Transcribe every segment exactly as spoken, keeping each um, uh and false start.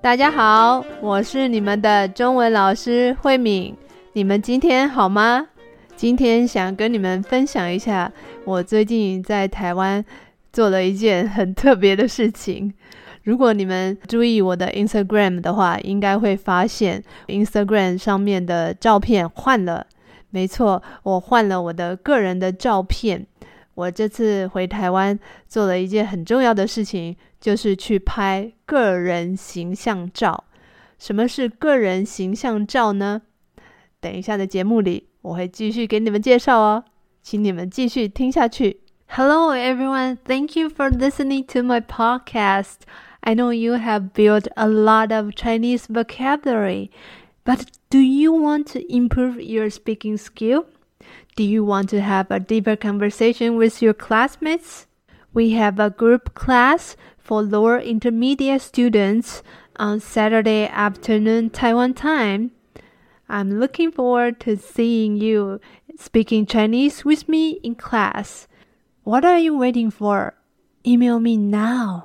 大家好，我是你们的中文老师慧敏，你们今天好吗？今天想跟你们分享一下我最近在台湾做了一件很特别的事情。如果你们注意我的 Instagram 的话，应该会发现 Instagram 上面的照片换了。没错，我换了我的个人的照片。我这次回台湾做了一件很重要的事情，就是去拍个人形象照。什么是个人形象照呢？等一下的节目里我会继续给你们介绍哦，请你们继续听下去。Hello everyone, thank you for listening to my podcast. I know you have built a lot of Chinese vocabulary, but do you want to improve your speaking skill?Do you want to have a deeper conversation with your classmates? We have a group class for lower intermediate students on Saturday afternoon Taiwan time. I'm looking forward to seeing you speaking Chinese with me in class. What are you waiting for? Email me now.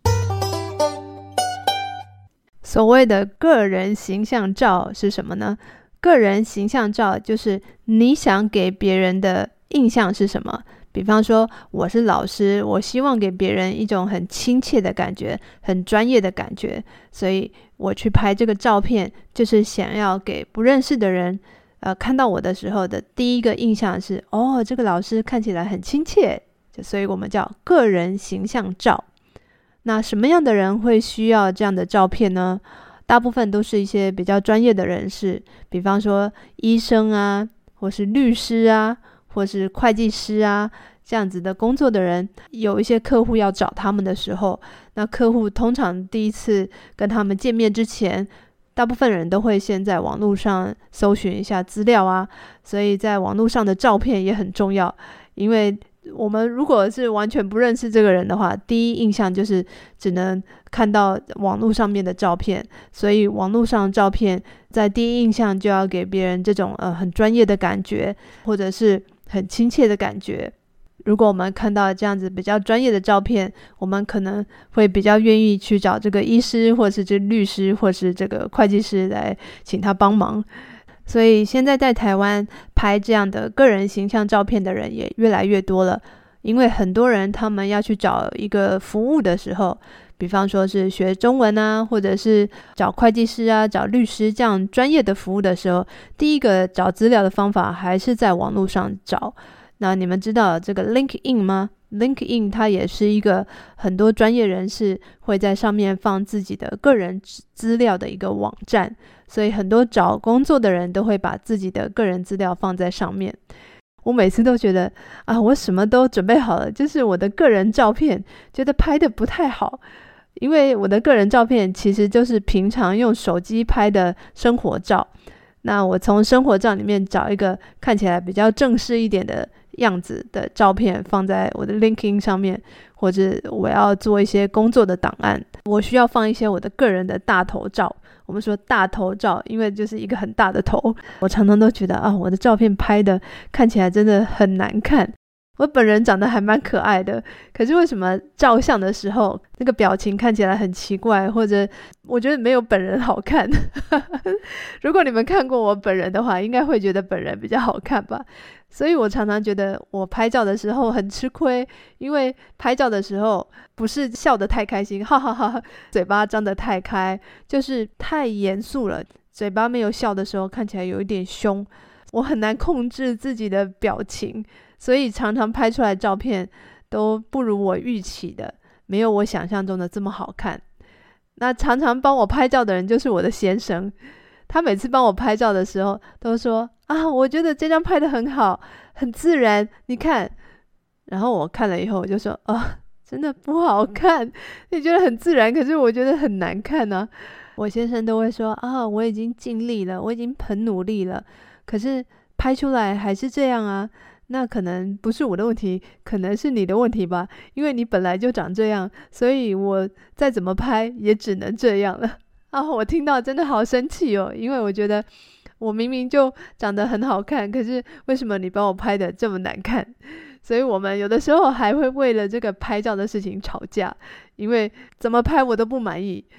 所谓的个人形象照是什么呢？个人形象照就是你想给别人的印象是什么。比方说我是老师，我希望给别人一种很亲切的感觉，很专业的感觉，所以我去拍这个照片，就是想要给不认识的人呃，看到我的时候的第一个印象是，哦，这个老师看起来很亲切，所以我们叫个人形象照。那什么样的人会需要这样的照片呢？大部分都是一些比较专业的人士，比方说医生啊，或是律师啊，或是会计师啊，这样子的工作的人。有一些客户要找他们的时候，那客户通常第一次跟他们见面之前，大部分人都会先在网络上搜寻一下资料啊，所以在网络上的照片也很重要。因为我们如果是完全不认识这个人的话，第一印象就是只能看到网络上面的照片，所以网络上的照片在第一印象就要给别人这种呃很专业的感觉，或者是很亲切的感觉。如果我们看到这样子比较专业的照片，我们可能会比较愿意去找这个医师，或是这律师，或是这个会计师来请他帮忙。所以现在在台湾拍这样的个人形象照片的人也越来越多了，因为很多人他们要去找一个服务的时候，比方说是学中文啊，或者是找会计师啊，找律师这样专业的服务的时候，第一个找资料的方法还是在网络上找。那你们知道这个 LinkedIn 吗？ LinkedIn 它也是一个很多专业人士会在上面放自己的个人资料的一个网站，所以很多找工作的人都会把自己的个人资料放在上面。我每次都觉得啊，我什么都准备好了，就是我的个人照片觉得拍的不太好，因为我的个人照片其实就是平常用手机拍的生活照。那我从生活照里面找一个看起来比较正式一点的样子的照片放在我的 LinkedIn 上面，或者我要做一些工作的档案，我需要放一些我的个人的大头照。我们说大头照，因为就是一个很大的头。我常常都觉得啊，我的照片拍的看起来真的很难看。我本人长得还蛮可爱的，可是为什么照相的时候那个表情看起来很奇怪，或者我觉得没有本人好看。如果你们看过我本人的话，应该会觉得本人比较好看吧。所以我常常觉得我拍照的时候很吃亏，因为拍照的时候不是笑得太开心，哈哈哈，嘴巴张得太开，就是太严肃了，嘴巴没有笑的时候看起来有一点凶，我很难控制自己的表情，所以常常拍出来的照片都不如我预期的，没有我想象中的这么好看。那常常帮我拍照的人就是我的先生，他每次帮我拍照的时候都说啊，我觉得这张拍得很好，很自然，你看。然后我看了以后我就说啊，真的不好看，你觉得很自然，可是我觉得很难看啊。我先生都会说啊，我已经尽力了，我已经很努力了，可是拍出来还是这样啊。那可能不是我的问题，可能是你的问题吧，因为你本来就长这样，所以我再怎么拍也只能这样了。啊，我听到真的好生气哦，因为我觉得我明明就长得很好看，可是为什么你帮我拍的这么难看？所以我们有的时候还会为了这个拍照的事情吵架，因为怎么拍我都不满意。可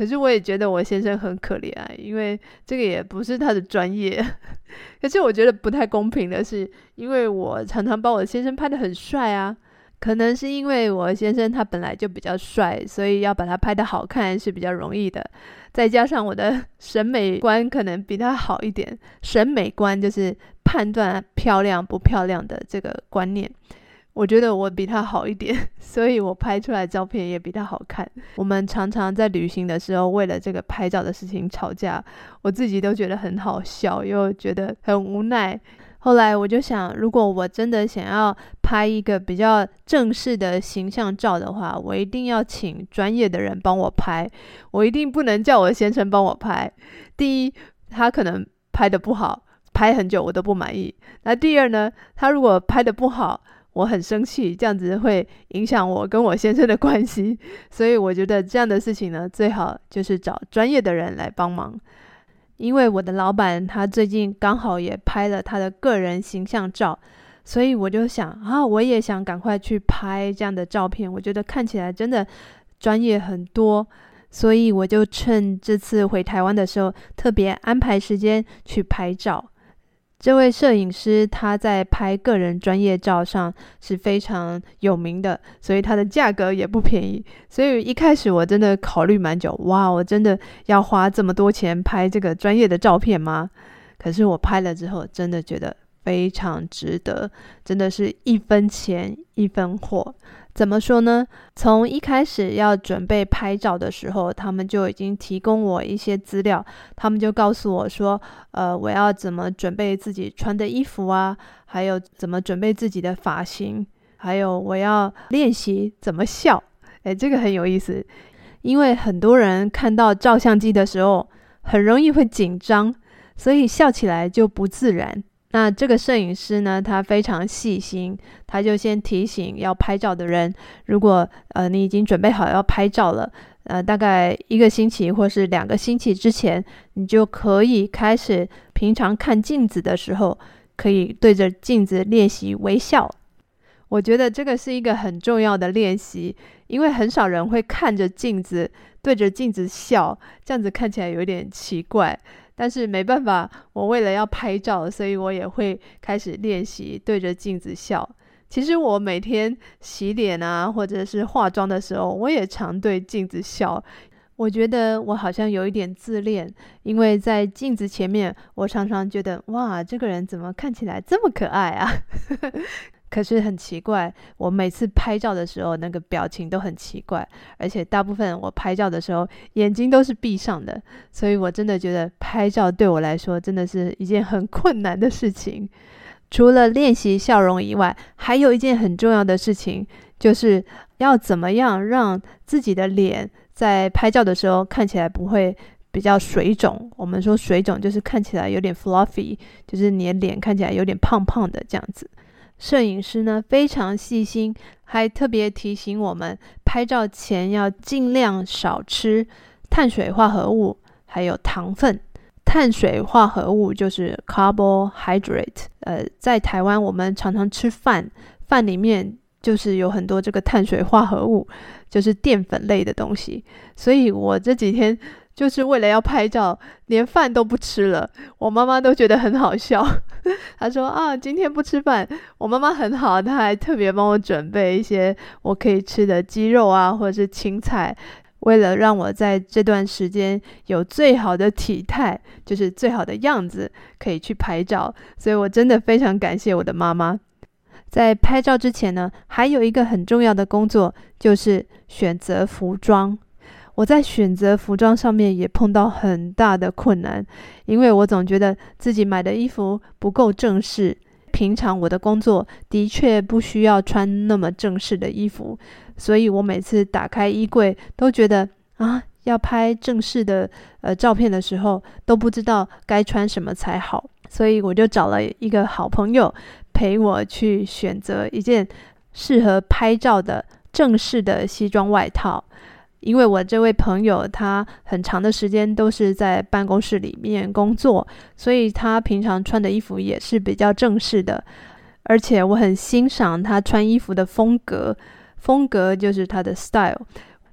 可是我也觉得我先生很可怜啊，因为这个也不是他的专业。可是我觉得不太公平的是，因为我常常把我先生拍得很帅啊，可能是因为我先生他本来就比较帅，所以要把他拍得好看是比较容易的，再加上我的审美观可能比他好一点，审美观就是判断漂亮不漂亮的这个观念，我觉得我比他好一点，所以我拍出来的照片也比他好看。我们常常在旅行的时候为了这个拍照的事情吵架，我自己都觉得很好笑，又觉得很无奈。后来我就想，如果我真的想要拍一个比较正式的形象照的话，我一定要请专业的人帮我拍，我一定不能叫我先生帮我拍。第一，他可能拍得不好，拍很久我都不满意。那第二呢，他如果拍得不好，我很生气，这样子会影响我跟我先生的关系。所以我觉得这样的事情呢，最好就是找专业的人来帮忙。因为我的老板他最近刚好也拍了他的个人形象照，所以我就想啊，我也想赶快去拍这样的照片，我觉得看起来真的专业很多，所以我就趁这次回台湾的时候特别安排时间去拍照。这位摄影师他在拍个人专业照上是非常有名的，所以他的价格也不便宜。所以一开始我真的考虑蛮久，哇，我真的要花这么多钱拍这个专业的照片吗？可是我拍了之后真的觉得非常值得，真的是一分钱一分货。怎么说呢？从一开始要准备拍照的时候，他们就已经提供我一些资料，他们就告诉我说，呃，我要怎么准备自己穿的衣服啊，还有怎么准备自己的发型，还有我要练习怎么笑。诶，这个很有意思，因为很多人看到照相机的时候很容易会紧张，所以笑起来就不自然。那这个摄影师呢，他非常细心，他就先提醒要拍照的人，如果呃你已经准备好要拍照了，呃大概一个星期或是两个星期之前，你就可以开始平常看镜子的时候，可以对着镜子练习微笑。我觉得这个是一个很重要的练习，因为很少人会看着镜子对着镜子笑，这样子看起来有点奇怪。但是没办法，我为了要拍照，所以我也会开始练习对着镜子笑。其实我每天洗脸啊，或者是化妆的时候，我也常对镜子笑。我觉得我好像有一点自恋，因为在镜子前面，我常常觉得，哇，这个人怎么看起来这么可爱啊？可是很奇怪，我每次拍照的时候那个表情都很奇怪，而且大部分我拍照的时候眼睛都是闭上的，所以我真的觉得拍照对我来说真的是一件很困难的事情。除了练习笑容以外，还有一件很重要的事情，就是要怎么样让自己的脸在拍照的时候看起来不会比较水肿。我们说水肿就是看起来有点 fluffy， 就是你的脸看起来有点胖胖的这样子。摄影师呢非常细心，还特别提醒我们拍照前要尽量少吃碳水化合物还有糖分。碳水化合物就是 carbohydrate， 呃，在台湾我们常常吃饭，饭里面就是有很多这个碳水化合物，就是淀粉类的东西。所以我这几天就是为了要拍照，连饭都不吃了。我妈妈都觉得很好笑，她说啊，今天不吃饭。我妈妈很好，她还特别帮我准备一些我可以吃的鸡肉啊，或者是青菜，为了让我在这段时间有最好的体态，就是最好的样子，可以去拍照。所以我真的非常感谢我的妈妈。在拍照之前呢，还有一个很重要的工作，就是选择服装。我在选择服装上面也碰到很大的困难，因为我总觉得自己买的衣服不够正式。平常我的工作的确不需要穿那么正式的衣服，所以我每次打开衣柜都觉得啊，要拍正式的呃照片的时候，都不知道该穿什么才好。所以我就找了一个好朋友陪我去选择一件适合拍照的正式的西装外套。因为我这位朋友他很长的时间都是在办公室里面工作，所以他平常穿的衣服也是比较正式的，而且我很欣赏他穿衣服的风格，风格就是他的 style。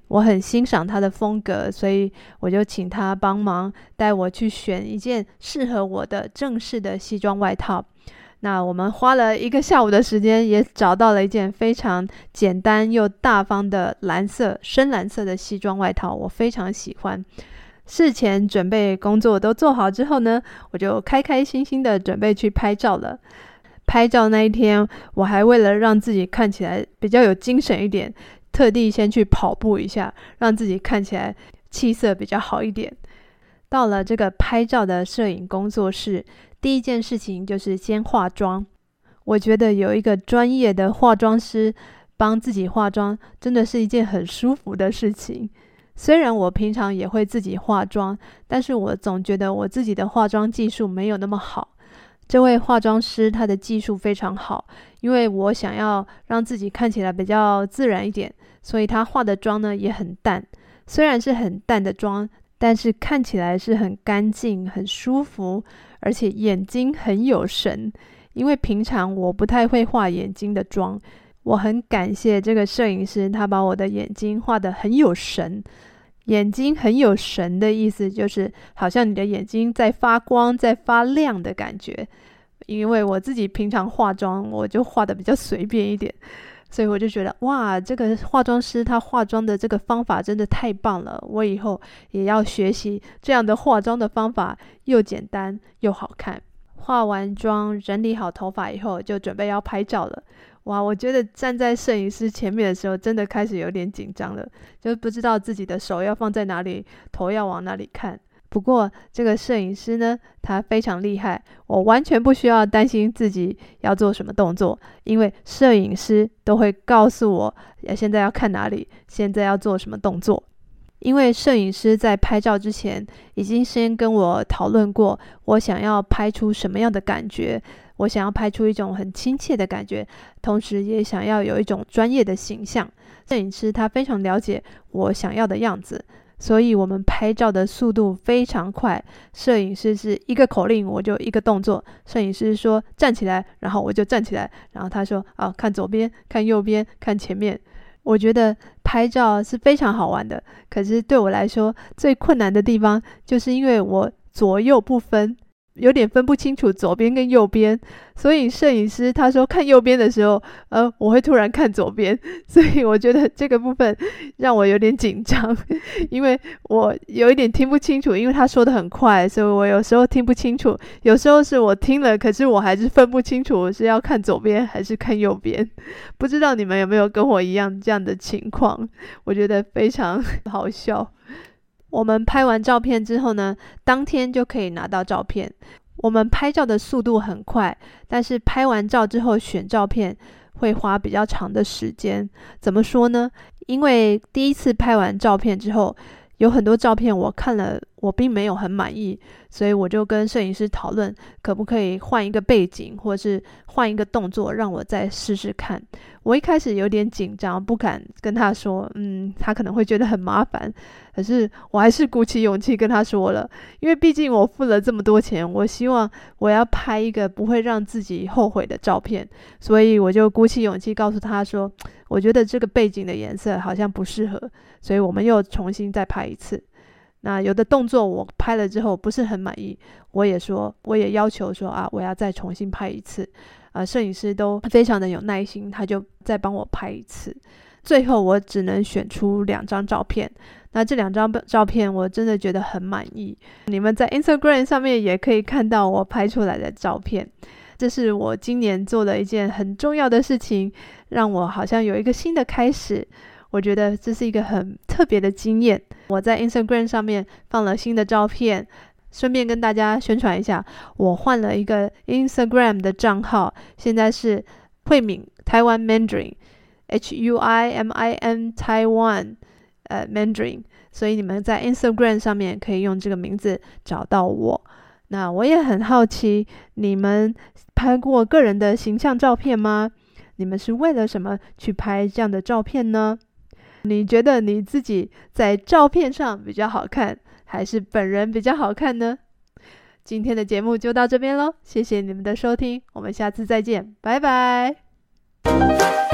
我很欣赏他的风格，所以我就请他帮忙带我去选一件适合我的正式的西装外套。那我们花了一个下午的时间，也找到了一件非常简单又大方的蓝色深蓝色的西装外套，我非常喜欢。事前准备工作都做好之后呢，我就开开心心的准备去拍照了。拍照那一天，我还为了让自己看起来比较有精神一点，特地先去跑步一下，让自己看起来气色比较好一点。到了这个拍照的摄影工作室，第一件事情就是先化妆。我觉得有一个专业的化妆师帮自己化妆，真的是一件很舒服的事情。虽然我平常也会自己化妆，但是我总觉得我自己的化妆技术没有那么好。这位化妆师他的技术非常好，因为我想要让自己看起来比较自然一点，所以他化的妆呢也很淡。虽然是很淡的妆，但是看起来是很干净很舒服，而且眼睛很有神。因为平常我不太会画眼睛的妆，我很感谢这个摄影师，他把我的眼睛画得很有神。眼睛很有神的意思就是好像你的眼睛在发光在发亮的感觉。因为我自己平常化妆我就画得比较随便一点，所以我就觉得哇，这个化妆师他化妆的这个方法真的太棒了，我以后也要学习这样的化妆的方法，又简单又好看。化完妆整理好头发以后，就准备要拍照了。哇，我觉得站在摄影师前面的时候真的开始有点紧张了，就不知道自己的手要放在哪里，头要往哪里看。不过这个摄影师呢，他非常厉害，我完全不需要担心自己要做什么动作，因为摄影师都会告诉我现在要看哪里，现在要做什么动作。因为摄影师在拍照之前已经先跟我讨论过我想要拍出什么样的感觉，我想要拍出一种很亲切的感觉，同时也想要有一种专业的形象。摄影师他非常了解我想要的样子，所以我们拍照的速度非常快。摄影师是一个口令我就一个动作，摄影师说站起来，然后我就站起来，然后他说啊，看左边看右边看前面。我觉得拍照是非常好玩的，可是对我来说最困难的地方就是因为我左右不分，有点分不清楚左边跟右边，所以摄影师他说看右边的时候呃，我会突然看左边，所以我觉得这个部分让我有点紧张，因为我有一点听不清楚，因为他说得很快，所以我有时候听不清楚，有时候是我听了可是我还是分不清楚我是要看左边还是看右边。不知道你们有没有跟我一样这样的情况，我觉得非常好笑。我们拍完照片之后呢，当天就可以拿到照片。我们拍照的速度很快，但是拍完照之后选照片会花比较长的时间。怎么说呢？因为第一次拍完照片之后，有很多照片我看了我并没有很满意，所以我就跟摄影师讨论可不可以换一个背景，或是换一个动作让我再试试看。我一开始有点紧张，不敢跟他说嗯，他可能会觉得很麻烦，可是我还是鼓起勇气跟他说了，因为毕竟我付了这么多钱，我希望我要拍一个不会让自己后悔的照片，所以我就鼓起勇气告诉他说我觉得这个背景的颜色好像不适合，所以我们又重新再拍一次。那有的动作我拍了之后不是很满意，我也说我也要求说啊，我要再重新拍一次。呃，摄影师都非常的有耐心，他就再帮我拍一次。最后我只能选出两张照片，那这两张照片我真的觉得很满意。你们在 Instagram 上面也可以看到我拍出来的照片。这是我今年做的一件很重要的事情，让我好像有一个新的开始。我觉得这是一个很特别的经验。我在 Instagram 上面放了新的照片，顺便跟大家宣传一下，我换了一个 Instagram 的账号，现在是慧敏台湾 Mandarin H U I M I N Taiwan 呃 Mandarin， 所以你们在 Instagram 上面可以用这个名字找到我。那我也很好奇，你们拍过个人的形象照片吗？你们是为了什么去拍这样的照片呢？你觉得你自己在照片上比较好看，还是本人比较好看呢？今天的节目就到这边咯，谢谢你们的收听，我们下次再见，拜拜。